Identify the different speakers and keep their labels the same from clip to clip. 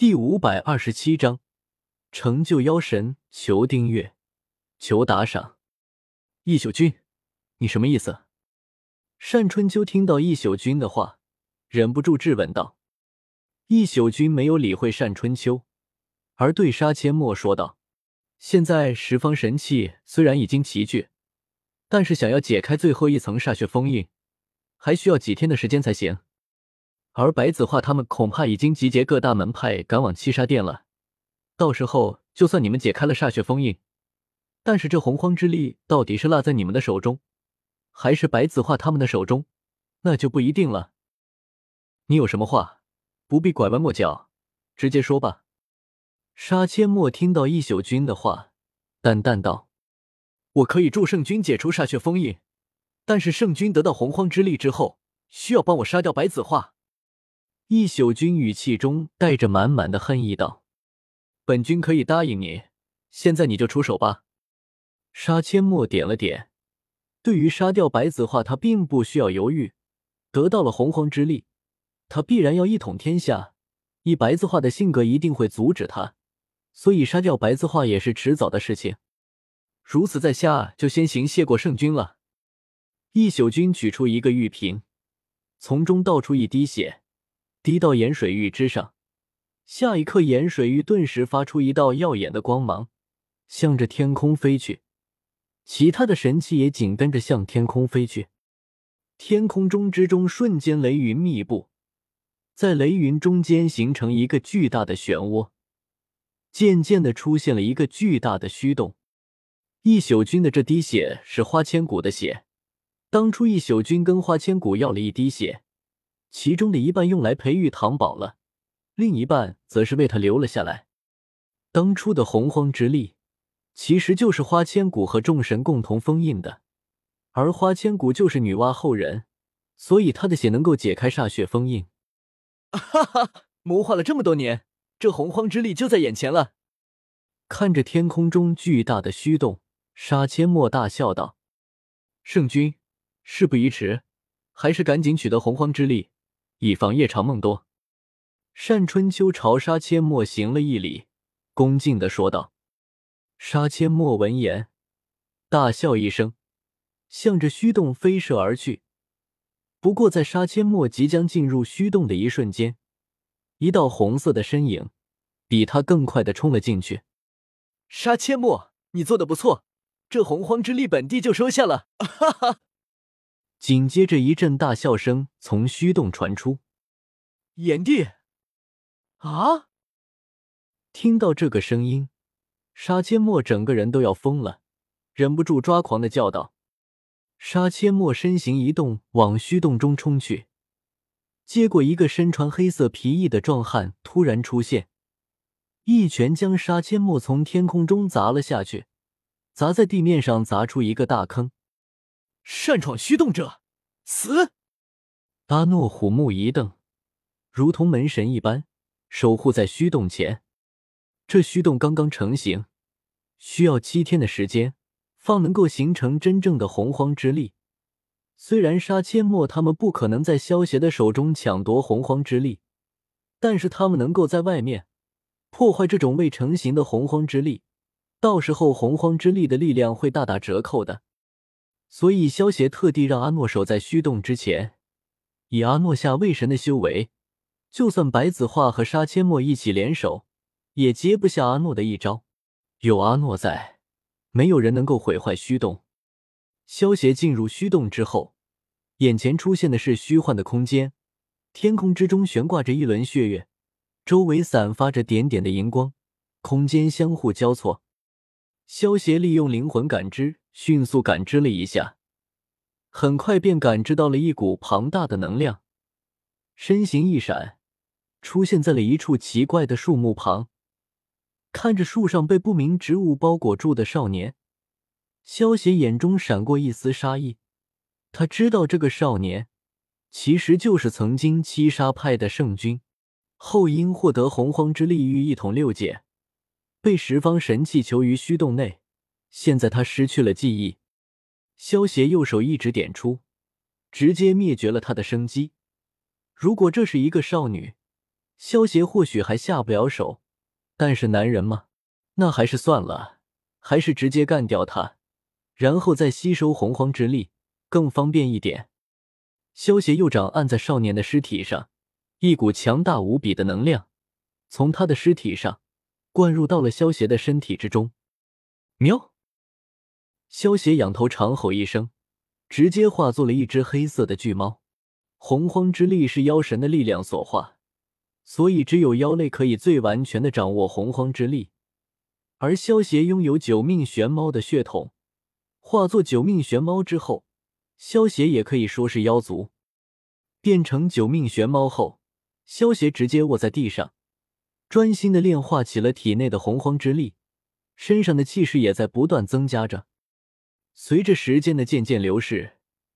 Speaker 1: 第527章成就妖神，求订阅，求打赏。易朽君，你什么意思？单春秋听到易朽君的话，忍不住质问道。易朽君没有理会单春秋，而对杀阡陌说道：现在十方神器虽然已经齐聚，但是想要解开最后一层煞血封印，还需要几天的时间才行。而白子画他们恐怕已经集结各大门派赶往七杀殿了，到时候就算你们解开了煞血封印，但是这洪荒之力到底是落在你们的手中，还是白子画他们的手中，那就不一定了。你有什么话，不必拐弯抹角，直接说吧。杀阡陌听到易朽君的话，淡淡道：我可以助圣君解除煞血封印，但是圣君得到洪荒之力之后，需要帮我杀掉白子画。易朽君语气中带着满满的恨意道：本君可以答应你，现在你就出手吧。杀阡陌点了点，对于杀掉白子画他并不需要犹豫，得到了洪荒之力，他必然要一统天下，以白子画的性格一定会阻止他，所以杀掉白子画也是迟早的事情。如此在下就先行谢过圣君了。易朽君取出一个玉瓶，从中倒出一滴血，滴到盐水玉之上，下一刻盐水玉顿时发出一道耀眼的光芒，向着天空飞去，其他的神器也紧跟着向天空飞去。天空中之中瞬间雷云密布，在雷云中间形成一个巨大的漩涡，渐渐地出现了一个巨大的虚洞。易朽君的这滴血是花千骨的血，当初易朽君跟花千骨要了一滴血，其中的一半用来培育唐宝了，另一半则是为他留了下来。当初的洪荒之力其实就是花千骨和众神共同封印的，而花千骨就是女娲后人，所以他的血能够解开煞血封印。哈哈，谋划了这么多年，这洪荒之力就在眼前了。看着天空中巨大的虚洞，杀阡陌大笑道：圣君，事不宜迟，还是赶紧取得洪荒之力，以防夜长梦多。单春秋朝杀阡陌行了一礼，恭敬地说道。杀阡陌闻言大笑一声，向着虚洞飞射而去。不过在杀阡陌即将进入虚洞的一瞬间，一道红色的身影比他更快地冲了进去。杀阡陌，你做得不错，这洪荒之力本帝就收下了，哈哈。紧接着一阵大笑声从虚洞传出。炎帝啊！听到这个声音，杀阡陌整个人都要疯了，忍不住抓狂的叫道。杀阡陌身形一动，往虚洞中冲去，结果一个身穿黑色皮衣的壮汉突然出现，一拳将杀阡陌从天空中砸了下去，砸在地面上砸出一个大坑。擅闯虚洞者，死！阿诺虎目一瞪，如同门神一般守护在虚洞前。这虚洞刚刚成型，需要7天的时间方能够形成真正的洪荒之力。虽然杀阡陌他们不可能在萧协的手中抢夺洪荒之力，但是他们能够在外面破坏这种未成型的洪荒之力，到时候洪荒之力的力量会大打折扣的。所以萧协特地让阿诺守在虚洞之前，以阿诺下位神的修为，就算白子画和杀阡陌一起联手，也接不下阿诺的一招。有阿诺在，没有人能够毁坏虚洞。萧协进入虚洞之后，眼前出现的是虚幻的空间，天空之中悬挂着一轮血月，周围散发着点点的荧光，空间相互交错。萧协利用灵魂感知迅速感知了一下，很快便感知到了一股庞大的能量，身形一闪，出现在了一处奇怪的树木旁。看着树上被不明植物包裹住的少年，萧协眼中闪过一丝杀意。他知道这个少年其实就是曾经七杀派的圣君，后因获得洪荒之力欲一统6界，被十方神器囚于虚洞内，现在他失去了记忆。萧协右手一指点出，直接灭绝了他的生机。如果这是一个少女， 萧协或许还下不了手，但是男人嘛，那还是算了，还是直接干掉他，然后再吸收洪荒之力，更方便一点。萧协右掌按在少年的尸体上，一股强大无比的能量从他的尸体上灌入到了萧协的身体之中。喵！萧协仰头长吼一声，直接化作了一只黑色的巨猫。洪荒之力是妖神的力量所化，所以只有妖类可以最完全的掌握洪荒之力。而萧协拥有九命玄猫的血统，化作九命玄猫之后，萧协也可以说是妖族。变成九命玄猫后，萧协直接卧在地上，专心的炼化起了体内的洪荒之力，身上的气势也在不断增加着。随着时间的渐渐流逝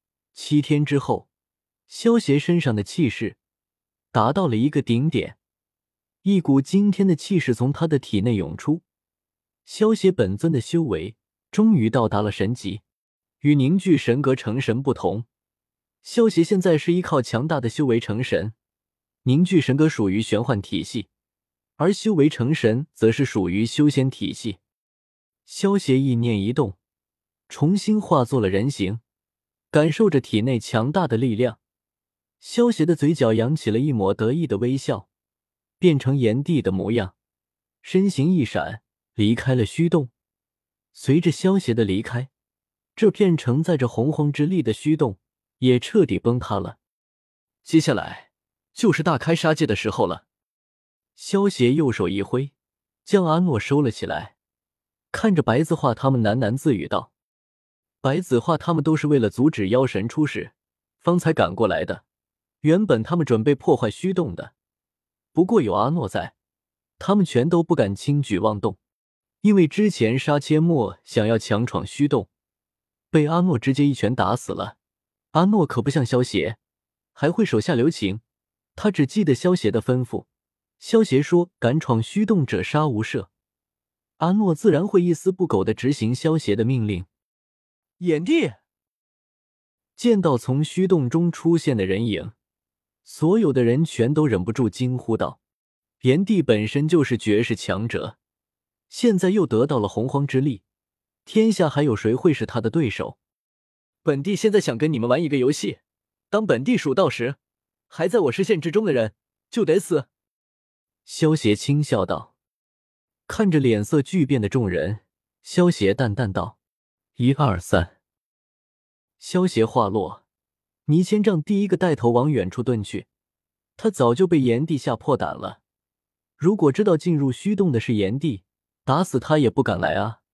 Speaker 1: ，7天之后，萧协身上的气势达到了一个顶点，一股惊天的气势从他的体内涌出。萧协本尊的修为终于到达了神级，与凝聚神格成神不同，萧协现在是依靠强大的修为成神，凝聚神格属于玄幻体系，而修为成神则是属于修仙体系。萧协意念一动，重新化作了人形，感受着体内强大的力量。萧协的嘴角扬起了一抹得意的微笑，变成炎帝的模样，身形一闪，离开了虚洞。随着萧协的离开，这片承载着洪荒之力的虚洞也彻底崩塌了。接下来就是大开杀戒的时候了。萧协右手一挥，将阿诺收了起来，看着白子画他们喃喃自语道：白子画他们都是为了阻止妖神出世方才赶过来的，原本他们准备破坏虚洞的，不过有阿诺在，他们全都不敢轻举妄动。因为之前杀阡陌想要强闯虚洞，被阿诺直接一拳打死了。阿诺可不像萧协，还会手下留情，他只记得萧协的吩咐，萧协说敢闯虚洞者杀无赦，阿诺自然会一丝不苟地执行萧协的命令。炎帝见到从虚洞中出现的人影，所有的人全都忍不住惊呼道：炎帝本身就是绝世强者，现在又得到了洪荒之力，天下还有谁会是他的对手？本帝现在想跟你们玩一个游戏，当本帝数到10，还在我视线之中的人就得死。萧协轻笑道。看着脸色巨变的众人，萧协淡淡道：1、2、3。萧协话落，倪千丈第一个带头往远处遁去，他早就被炎帝吓破胆了，如果知道进入虚洞的是炎帝，打死他也不敢来啊。